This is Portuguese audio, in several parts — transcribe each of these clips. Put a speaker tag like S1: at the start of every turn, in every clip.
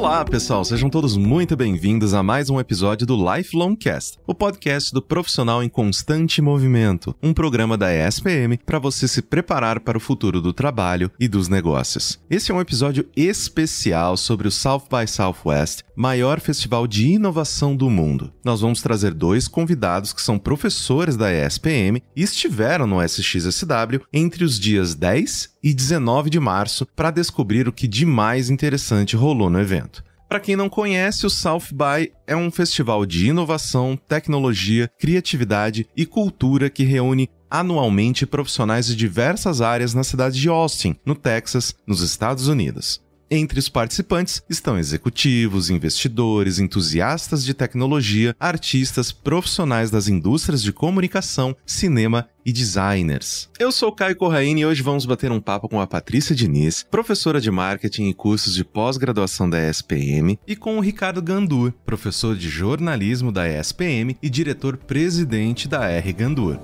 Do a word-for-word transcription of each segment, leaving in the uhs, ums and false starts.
S1: Olá, pessoal, sejam todos muito bem-vindos a mais um episódio do Lifelong Cast, o podcast do profissional em constante movimento, um programa da E S P M para você se preparar para o futuro do trabalho e dos negócios. Esse é um episódio especial sobre o South by Southwest, maior festival de inovação do mundo. Nós vamos trazer dois convidados que são professores da E S P M e estiveram no S X S W entre os dias dez e dezenove de março para descobrir o que de mais interessante rolou no evento. Para quem não conhece, o South by é um festival de inovação, tecnologia, criatividade e cultura que reúne anualmente profissionais de diversas áreas na cidade de Austin, no Texas, nos Estados Unidos. Entre os participantes estão executivos, investidores, entusiastas de tecnologia, artistas, profissionais das indústrias de comunicação, cinema e designers. Eu sou o Caio Corraine e hoje vamos bater um papo com a Patrícia Diniz, professora de marketing e cursos de pós-graduação da E S P M, e com o Ricardo Gandur, professor de jornalismo da E S P M e diretor-presidente da R Gandur.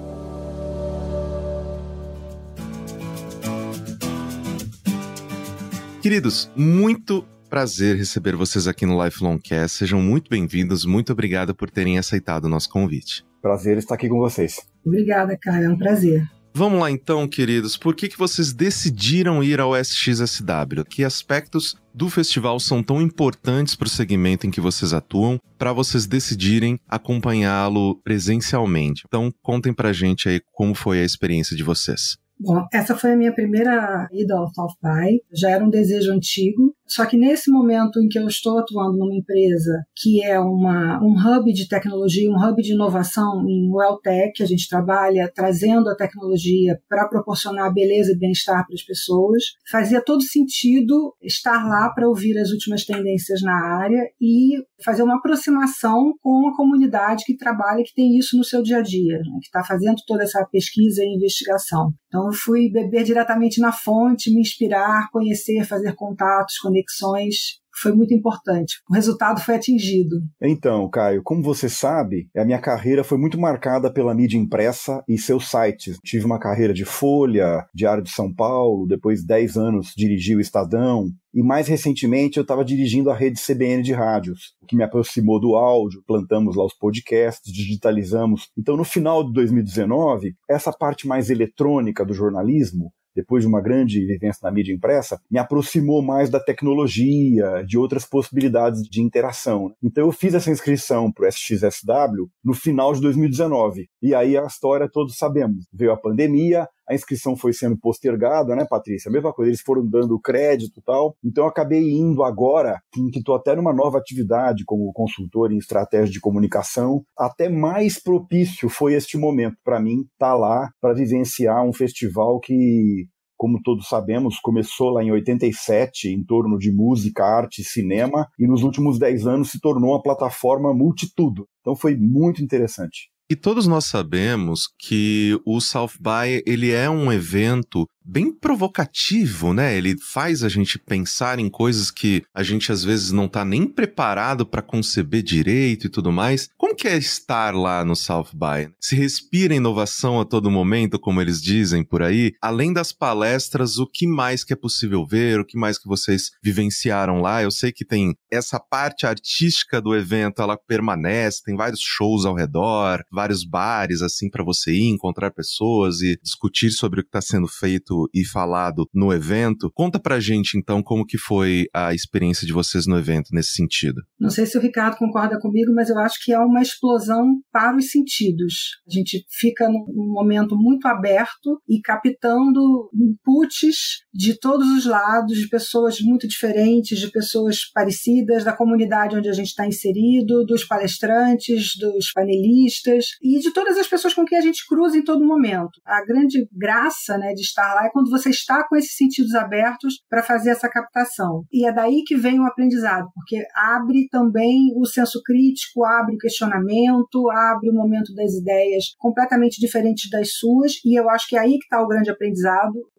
S1: Queridos, muito prazer receber vocês aqui no Lifelong Cast. Sejam muito bem-vindos. Muito obrigado por terem aceitado o nosso convite.
S2: Prazer estar aqui com vocês.
S3: Obrigada, cara. É um prazer.
S1: Vamos lá então, queridos. Por que que vocês decidiram ir ao S X S W? Que aspectos do festival são tão importantes para o segmento em que vocês atuam para vocês decidirem acompanhá-lo presencialmente? Então, contem pra gente aí como foi a experiência de vocês.
S3: Bom, essa foi a minha primeira ida ao South by, já era um desejo antigo, só que nesse momento em que eu estou atuando numa empresa que é uma, um hub de tecnologia, um hub de inovação em WellTech, a gente trabalha trazendo a tecnologia para proporcionar beleza e bem-estar para as pessoas, fazia todo sentido estar lá para ouvir as últimas tendências na área e fazer uma aproximação com a comunidade que trabalha, que tem isso no seu dia a dia, né, que está fazendo toda essa pesquisa e investigação. Então eu fui beber diretamente na fonte, me inspirar, conhecer, fazer contatos, conexões. Foi muito importante. O resultado foi atingido.
S2: Então, Caio, como você sabe, a minha carreira foi muito marcada pela mídia impressa e seus sites. Tive uma carreira de Folha, Diário de São Paulo, depois dez anos dirigi o Estadão, e mais recentemente eu estava dirigindo a rede C B N de rádios, o que me aproximou do áudio, plantamos lá os podcasts, digitalizamos. Então, no final de dois mil e dezenove, essa parte mais eletrônica do jornalismo, depois de uma grande vivência na mídia impressa, me aproximou mais da tecnologia, de outras possibilidades de interação. Então eu fiz essa inscrição para o S X S W no final de dois mil e dezenove. E aí a história todos sabemos. Veio a pandemia, a inscrição foi sendo postergada, né, Patrícia? A mesma coisa, eles foram dando crédito e tal. Então eu acabei indo agora, em que estou até numa nova atividade como consultor em estratégia de comunicação. Até mais propício foi este momento para mim estar lá para vivenciar um festival que, como todos sabemos, começou lá em oitenta e sete, em torno de música, arte e cinema, e nos últimos dez anos se tornou uma plataforma multitudo. Então foi muito interessante.
S1: E todos nós sabemos que o South by, ele é um evento bem provocativo, né? Ele faz a gente pensar em coisas que a gente às vezes não tá nem preparado para conceber direito e tudo mais. Como que é estar lá no South by? Se respira inovação a todo momento, como eles dizem por aí? Além das palestras, o que mais que é possível ver? O que mais que vocês vivenciaram lá? Eu sei que tem essa parte artística do evento, ela permanece, tem vários shows ao redor, vários bares assim para você ir, encontrar pessoas e discutir sobre o que está sendo feito e falado no evento. Conta pra gente, então, como que foi a experiência de vocês no evento nesse sentido.
S3: Não sei se o Ricardo concorda comigo, mas eu acho que é uma explosão para os sentidos. A gente fica num momento muito aberto e captando inputs de todos os lados, de pessoas muito diferentes, de pessoas parecidas, da comunidade onde a gente está inserido, dos palestrantes, dos panelistas e de todas as pessoas com quem a gente cruza em todo momento. A grande graça, né, de estar lá é quando você está com esses sentidos abertos para fazer essa captação. E é daí que vem o aprendizado, porque abre também o senso crítico, abre o questionamento, abre o momento das ideias completamente diferentes das suas, e eu acho que é aí que está o grande aprendizado.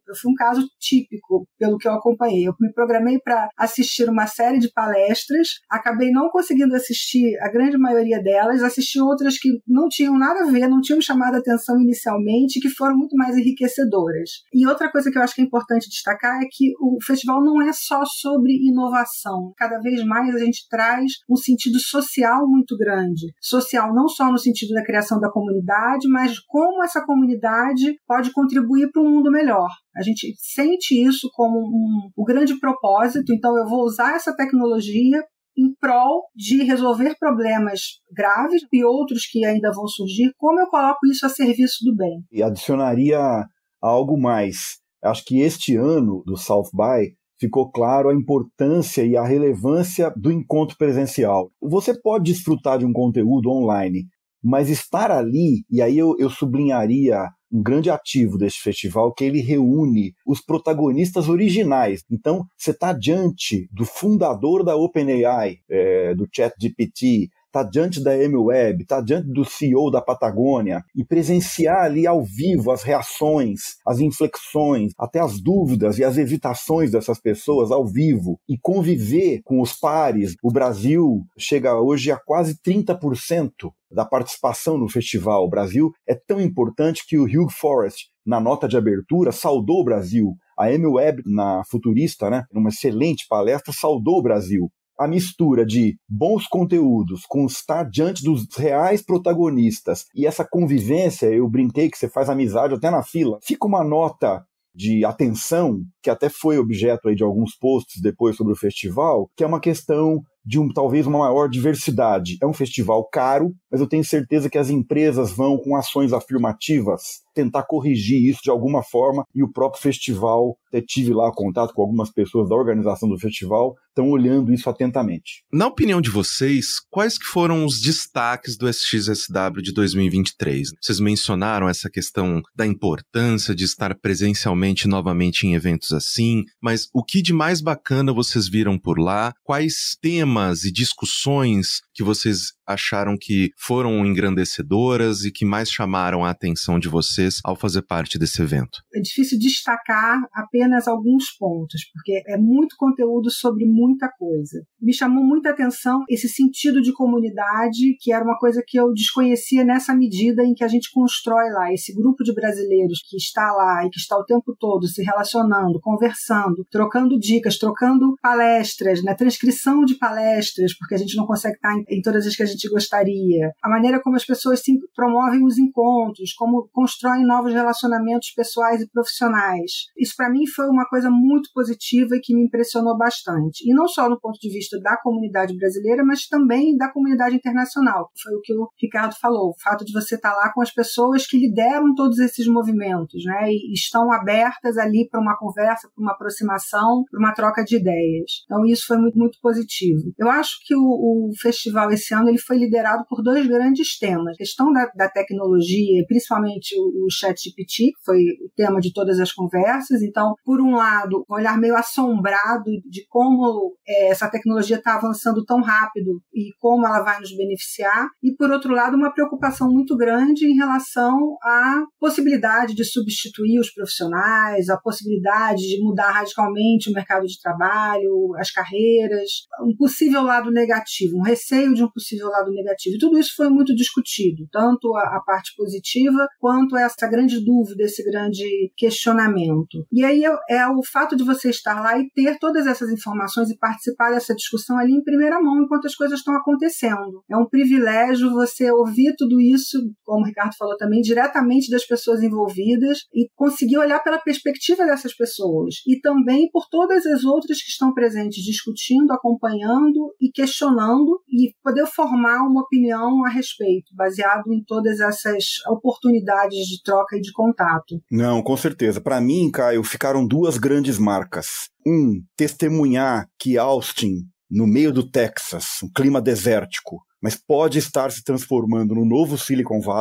S3: Eu fui um caso típico, pelo que eu acompanhei. Eu me programei para assistir uma série de palestras, acabei não conseguindo assistir a grande maioria delas, assisti outras que não tinham nada a ver, não tinham chamado a atenção inicialmente, que foram muito mais enriquecedoras. E outra coisa que eu acho que é importante destacar é que o festival não é só sobre inovação. Cada vez mais a gente traz um sentido social muito grande. Social não só no sentido da criação da comunidade, mas como essa comunidade pode contribuir para um mundo melhor. A gente sente isso como um, um grande propósito, então eu vou usar essa tecnologia em prol de resolver problemas graves e outros que ainda vão surgir, como eu coloco isso a serviço do bem.
S2: E adicionaria algo mais. Acho que este ano do South By ficou claro a importância e a relevância do encontro presencial. Você pode desfrutar de um conteúdo online, mas estar ali, e aí eu, eu sublinharia um grande ativo deste festival, que ele reúne os protagonistas originais. Então, você está diante do fundador da OpenAI, é, do ChatGPT, está diante da M-Web, está diante do C E O da Patagônia, e presenciar ali ao vivo as reações, as inflexões, até as dúvidas e as hesitações dessas pessoas ao vivo, e conviver com os pares. O Brasil chega hoje a quase trinta por cento da participação no festival. O Brasil é tão importante que o Hugh Forrest, na nota de abertura, saudou o Brasil. A M-Web, na Futurista, né, numa excelente palestra, saudou o Brasil. A mistura de bons conteúdos com estar diante dos reais protagonistas e essa convivência, eu brinquei que você faz amizade até na fila, fica uma nota de atenção, que até foi objeto aí de alguns posts depois sobre o festival, que é uma questão de um, talvez uma maior diversidade. É um festival caro, mas eu tenho certeza que as empresas vão, com ações afirmativas, tentar corrigir isso de alguma forma, e o próprio festival, até tive lá contato com algumas pessoas da organização do festival, estão olhando isso atentamente.
S1: Na opinião de vocês, quais que foram os destaques do S X S W de dois mil e vinte e três? Vocês mencionaram essa questão da importância de estar presencialmente novamente em eventos assim, mas o que de mais bacana vocês viram por lá? Quais temas e discussões que vocês acharam que foram engrandecedoras e que mais chamaram a atenção de vocês ao fazer parte desse evento?
S3: É difícil destacar apenas alguns pontos, porque é muito conteúdo sobre muita coisa. Me chamou muita atenção esse sentido de comunidade, que era uma coisa que eu desconhecia nessa medida em que a gente constrói lá, esse grupo de brasileiros que está lá e que está o tempo todo se relacionando, conversando, trocando dicas, trocando palestras, né, transcrição de palestras, porque a gente não consegue estar em, em todas as que a gente gostaria. A maneira como as pessoas se promovem os encontros, como constroem novos relacionamentos pessoais e profissionais. Isso para mim foi uma coisa muito positiva e que me impressionou bastante. E não só no ponto de vista da comunidade brasileira, mas também da comunidade internacional. Foi o que o Ricardo falou, o fato de você estar lá com as pessoas que lideram todos esses movimentos, né, e estão abertas ali para uma conversa, para uma aproximação, para uma troca de ideias. Então isso foi muito, muito positivo. Eu acho que o, o festival esse ano ele foi liderado por dois grandes temas. A questão da, da tecnologia, principalmente o, o ChatGPT, que foi o tema de todas as conversas. Então, por um lado, um olhar meio assombrado de como é, essa tecnologia está avançando tão rápido e como ela vai nos beneficiar. E, por outro lado, uma preocupação muito grande em relação à possibilidade de substituir os profissionais, a possibilidade de mudar radicalmente o mercado de trabalho, as carreiras, um possível lado negativo, um receio de um possível lado negativo. E tudo isso foi muito discutido, tanto a, a parte positiva quanto essa grande dúvida, esse grande questionamento. E aí é, é o fato de você estar lá e ter todas essas informações e participar dessa discussão ali em primeira mão enquanto as coisas estão acontecendo. É um privilégio você ouvir tudo isso, como o Ricardo falou também, diretamente das pessoas envolvidas e conseguir olhar pela perspectiva dessas pessoas e também por todas as outras que estão presentes, discutindo, acompanhando e questionando e poder formar uma opinião a respeito, baseado em todas essas oportunidades de troca e de contato.
S2: Não, com certeza. Para mim, Caio, ficaram duas grandes marcas. Um, testemunhar que Austin, no meio do Texas, um clima desértico, mas pode estar se transformando no novo Silicon Valley.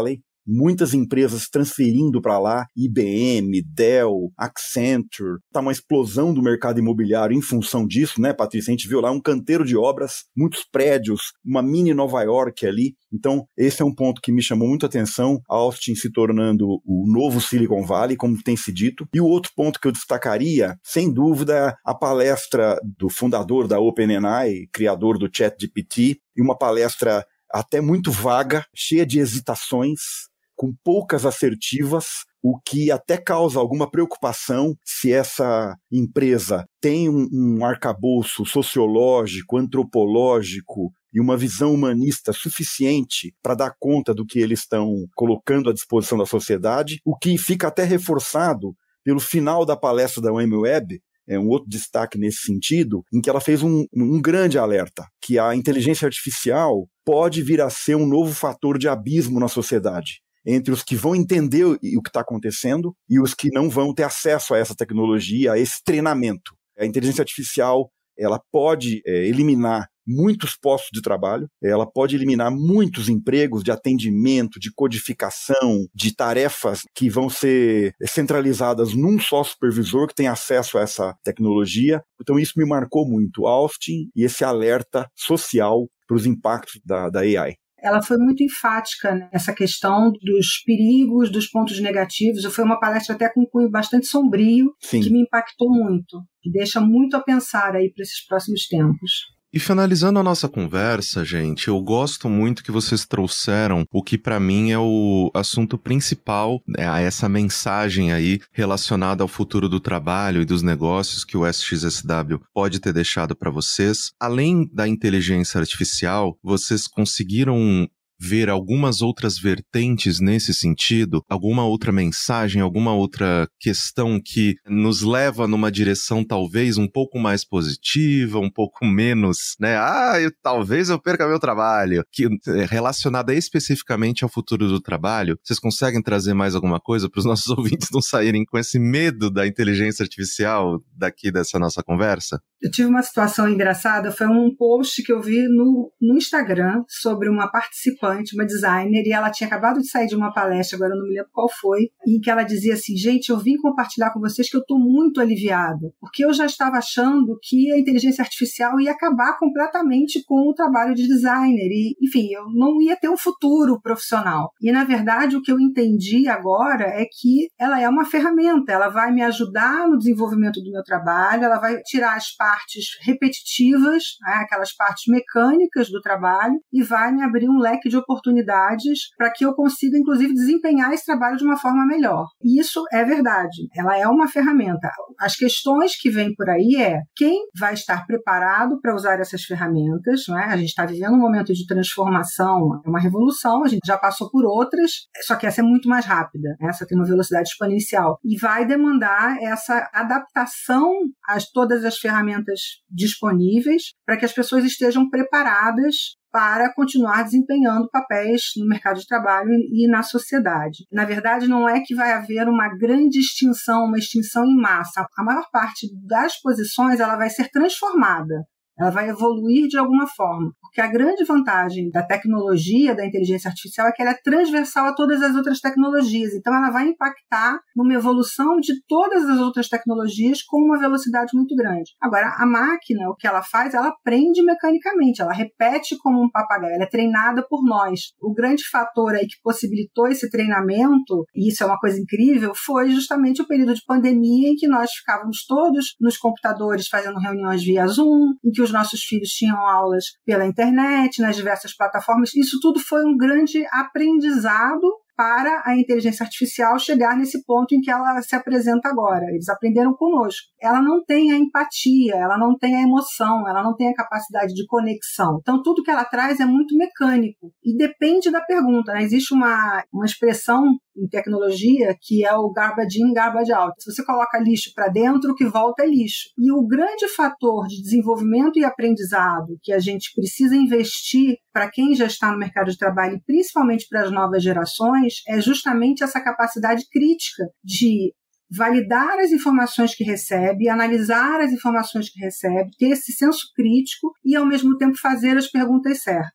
S2: muitas empresas transferindo para lá, I B M, Dell, Accenture, tá uma explosão do mercado imobiliário em função disso, né, Patrícia? A gente viu lá um canteiro de obras, muitos prédios, uma mini Nova York ali. Então, esse é um ponto que me chamou muito a atenção, Austin se tornando o novo Silicon Valley, como tem se dito. E o outro ponto que eu destacaria, sem dúvida, a palestra do fundador da OpenAI, criador do ChatGPT, e uma palestra até muito vaga, cheia de hesitações, com poucas assertivas, o que até causa alguma preocupação se essa empresa tem um, um arcabouço sociológico, antropológico e uma visão humanista suficiente para dar conta do que eles estão colocando à disposição da sociedade, o que fica até reforçado pelo final da palestra da OneWeb, é um outro destaque nesse sentido, em que ela fez um, um grande alerta, que a inteligência artificial pode vir a ser um novo fator de abismo na sociedade, entre os que vão entender o que está acontecendo e os que não vão ter acesso a essa tecnologia, a esse treinamento. A inteligência artificial, ela pode é, eliminar muitos postos de trabalho, ela pode eliminar muitos empregos de atendimento, de codificação, de tarefas que vão ser centralizadas num só supervisor que tem acesso a essa tecnologia. Então isso me marcou muito, Austin, e esse alerta social para os impactos da, da A I.
S3: Ela foi muito enfática nessa questão dos perigos, dos pontos negativos. Foi uma palestra até com um cunho bastante sombrio, Sim. que me impactou muito, e deixa muito a pensar aí para esses próximos tempos.
S1: E finalizando a nossa conversa, gente, eu gosto muito que vocês trouxeram o que para mim é o assunto principal, é essa mensagem aí relacionada ao futuro do trabalho e dos negócios que o S X S W pode ter deixado para vocês. Além da inteligência artificial, vocês conseguiram ver algumas outras vertentes nesse sentido? Alguma outra mensagem, alguma outra questão que nos leva numa direção talvez um pouco mais positiva, um pouco menos, né? Ah, eu, talvez eu perca meu trabalho. Que, relacionada especificamente ao futuro do trabalho, vocês conseguem trazer mais alguma coisa para os nossos ouvintes não saírem com esse medo da inteligência artificial daqui dessa nossa conversa?
S3: Eu tive uma situação engraçada, foi um post que eu vi no, no Instagram sobre uma participante, uma designer, e ela tinha acabado de sair de uma palestra, agora eu não me lembro qual foi, em que ela dizia assim, gente, eu vim compartilhar com vocês que eu estou muito aliviada, porque eu já estava achando que a inteligência artificial ia acabar completamente com o trabalho de designer, e, enfim, eu não ia ter um futuro profissional. E, na verdade, o que eu entendi agora é que ela é uma ferramenta, ela vai me ajudar no desenvolvimento do meu trabalho, ela vai tirar as partes partes repetitivas, né, aquelas partes mecânicas do trabalho, e vai me abrir um leque de oportunidades para que eu consiga, inclusive, desempenhar esse trabalho de uma forma melhor. E isso é verdade, ela é uma ferramenta. As questões que vêm por aí é quem vai estar preparado para usar essas ferramentas, né? A gente está vivendo um momento de transformação, é uma revolução, a gente já passou por outras, só que essa é muito mais rápida, essa tem uma velocidade exponencial, e vai demandar essa adaptação a todas as ferramentas disponíveis para que as pessoas estejam preparadas para continuar desempenhando papéis no mercado de trabalho e na sociedade. Na verdade, não é que vai haver uma grande extinção, uma extinção em massa. A maior parte das posições ela vai ser transformada. Ela vai evoluir de alguma forma, porque a grande vantagem da tecnologia, da inteligência artificial, é que ela é transversal a todas as outras tecnologias, então ela vai impactar numa evolução de todas as outras tecnologias com uma velocidade muito grande. Agora, a máquina, o que ela faz, ela aprende mecanicamente, ela repete como um papagaio, ela é treinada por nós. O grande fator aí que possibilitou esse treinamento, e isso é uma coisa incrível, foi justamente o período de pandemia em que nós ficávamos todos nos computadores fazendo reuniões via Zoom, em que os nossos filhos tinham aulas pela internet, nas diversas plataformas. Isso tudo foi um grande aprendizado para a inteligência artificial chegar nesse ponto em que ela se apresenta agora. Eles aprenderam conosco. Ela não tem a empatia, ela não tem a emoção, ela não tem a capacidade de conexão. Então, tudo que ela traz é muito mecânico e depende da pergunta, né? Existe uma, uma expressão em tecnologia que é o garbage in, garbage out. Se você coloca lixo para dentro, o que volta é lixo. E o grande fator de desenvolvimento e aprendizado que a gente precisa investir para quem já está no mercado de trabalho, e principalmente para as novas gerações, é justamente essa capacidade crítica de validar as informações que recebe, analisar as informações que recebe, ter esse senso crítico e, ao mesmo tempo, fazer as perguntas certas.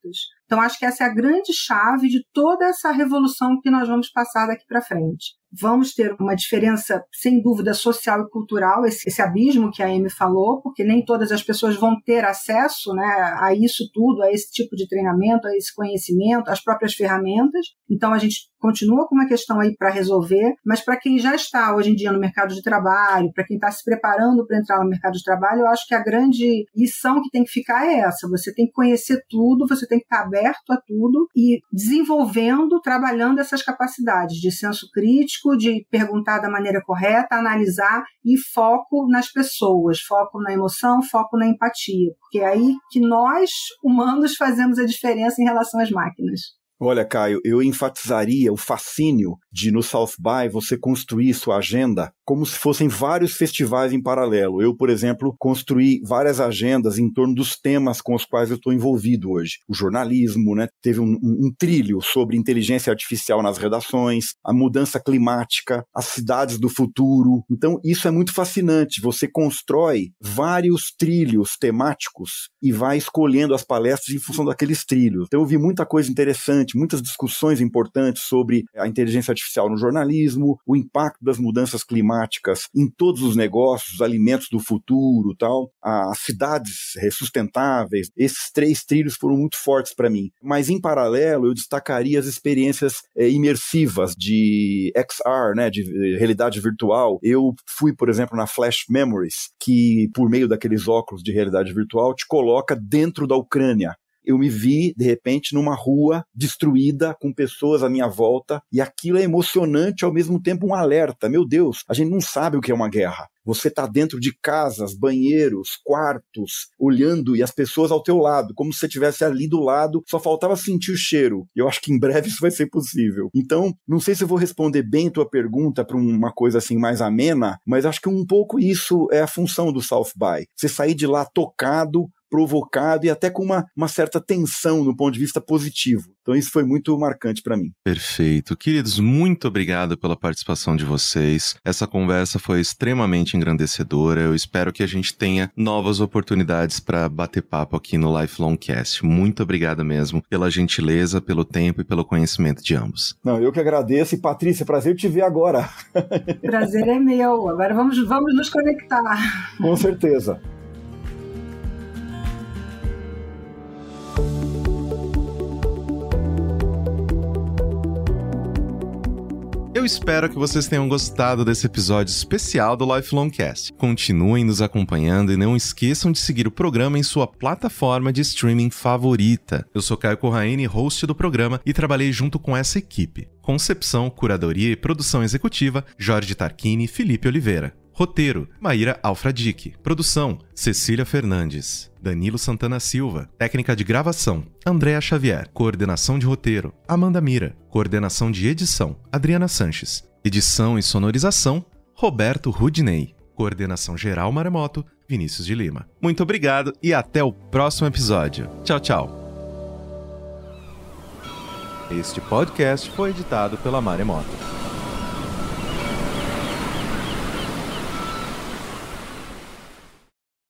S3: Então, acho que essa é a grande chave de toda essa revolução que nós vamos passar daqui para frente. Vamos ter uma diferença, sem dúvida, social e cultural, esse, esse abismo que a Amy falou, porque nem todas as pessoas vão ter acesso, né, a isso tudo, a esse tipo de treinamento, a esse conhecimento, às próprias ferramentas. Então, a gente continua com uma questão aí para resolver, mas para quem já está hoje em dia no mercado de trabalho, para quem está se preparando para entrar no mercado de trabalho, eu acho que a grande lição que tem que ficar é essa. Você tem que conhecer tudo, você tem que estar aberto a tudo e desenvolvendo, trabalhando essas capacidades de senso crítico, de perguntar da maneira correta, analisar e foco nas pessoas, foco na emoção, foco na empatia, porque é aí que nós, humanos, fazemos a diferença em relação às máquinas.
S2: Olha, Caio, eu enfatizaria o fascínio de, no South By, você construir sua agenda como se fossem vários festivais em paralelo. Eu, por exemplo, construí várias agendas em torno dos temas com os quais eu estou envolvido hoje. O jornalismo, né? Teve um, um, um trilho sobre inteligência artificial nas redações, a mudança climática, as cidades do futuro. Então, isso é muito fascinante. Você constrói vários trilhos temáticos e vai escolhendo as palestras em função daqueles trilhos. Então, eu vi muita coisa interessante, muitas discussões importantes sobre a inteligência artificial no jornalismo, o impacto das mudanças climáticas em todos os negócios, os alimentos do futuro, tal, as cidades sustentáveis. Esses três trilhos foram muito fortes para mim. Mas, em paralelo, eu destacaria as experiências é, imersivas de X R, né, de realidade virtual. Eu fui, por exemplo, na Flash Memories, que, por meio daqueles óculos de realidade virtual, te coloca dentro da Ucrânia. Eu me vi, de repente, numa rua destruída, com pessoas à minha volta, e aquilo é emocionante, ao mesmo tempo um alerta. Meu Deus, a gente não sabe o que é uma guerra. Você está dentro de casas, banheiros, quartos, olhando, e as pessoas ao teu lado, como se você estivesse ali do lado, só faltava sentir o cheiro. E eu acho que em breve isso vai ser possível. Então, não sei se eu vou responder bem tua pergunta para uma coisa assim mais amena, mas acho que um pouco isso é a função do South By. Você sair de lá tocado, provocado e até com uma, uma certa tensão no ponto de vista positivo. Então isso foi muito marcante para mim.
S1: Perfeito. Queridos, muito obrigado pela participação de vocês. Essa conversa foi extremamente engrandecedora. Eu espero que a gente tenha novas oportunidades para bater papo aqui no Lifelong Cast. Muito obrigado mesmo pela gentileza, pelo tempo e pelo conhecimento de ambos.
S2: Não, eu que agradeço. E Patrícia, prazer te ver agora.
S3: Prazer é meu. Agora vamos, vamos nos conectar.
S2: Com certeza.
S1: Eu espero que vocês tenham gostado desse episódio especial do Lifelong Cast. Continuem nos acompanhando e não esqueçam de seguir o programa em sua plataforma de streaming favorita. Eu sou Caio Corraine, host do programa, e trabalhei junto com essa equipe. Concepção, curadoria e produção executiva, Jorge Tarquini e Felipe Oliveira. Roteiro, Maíra Alfradique. Produção, Cecília Fernandes. Danilo Santana Silva. Técnica de gravação, Andréa Xavier. Coordenação de roteiro, Amanda Mira. Coordenação de edição, Adriana Sanches. Edição e sonorização, Roberto Rudinei. Coordenação geral Maremoto, Vinícius de Lima. Muito obrigado e até o próximo episódio. Tchau, tchau. Este podcast foi editado pela Maremoto.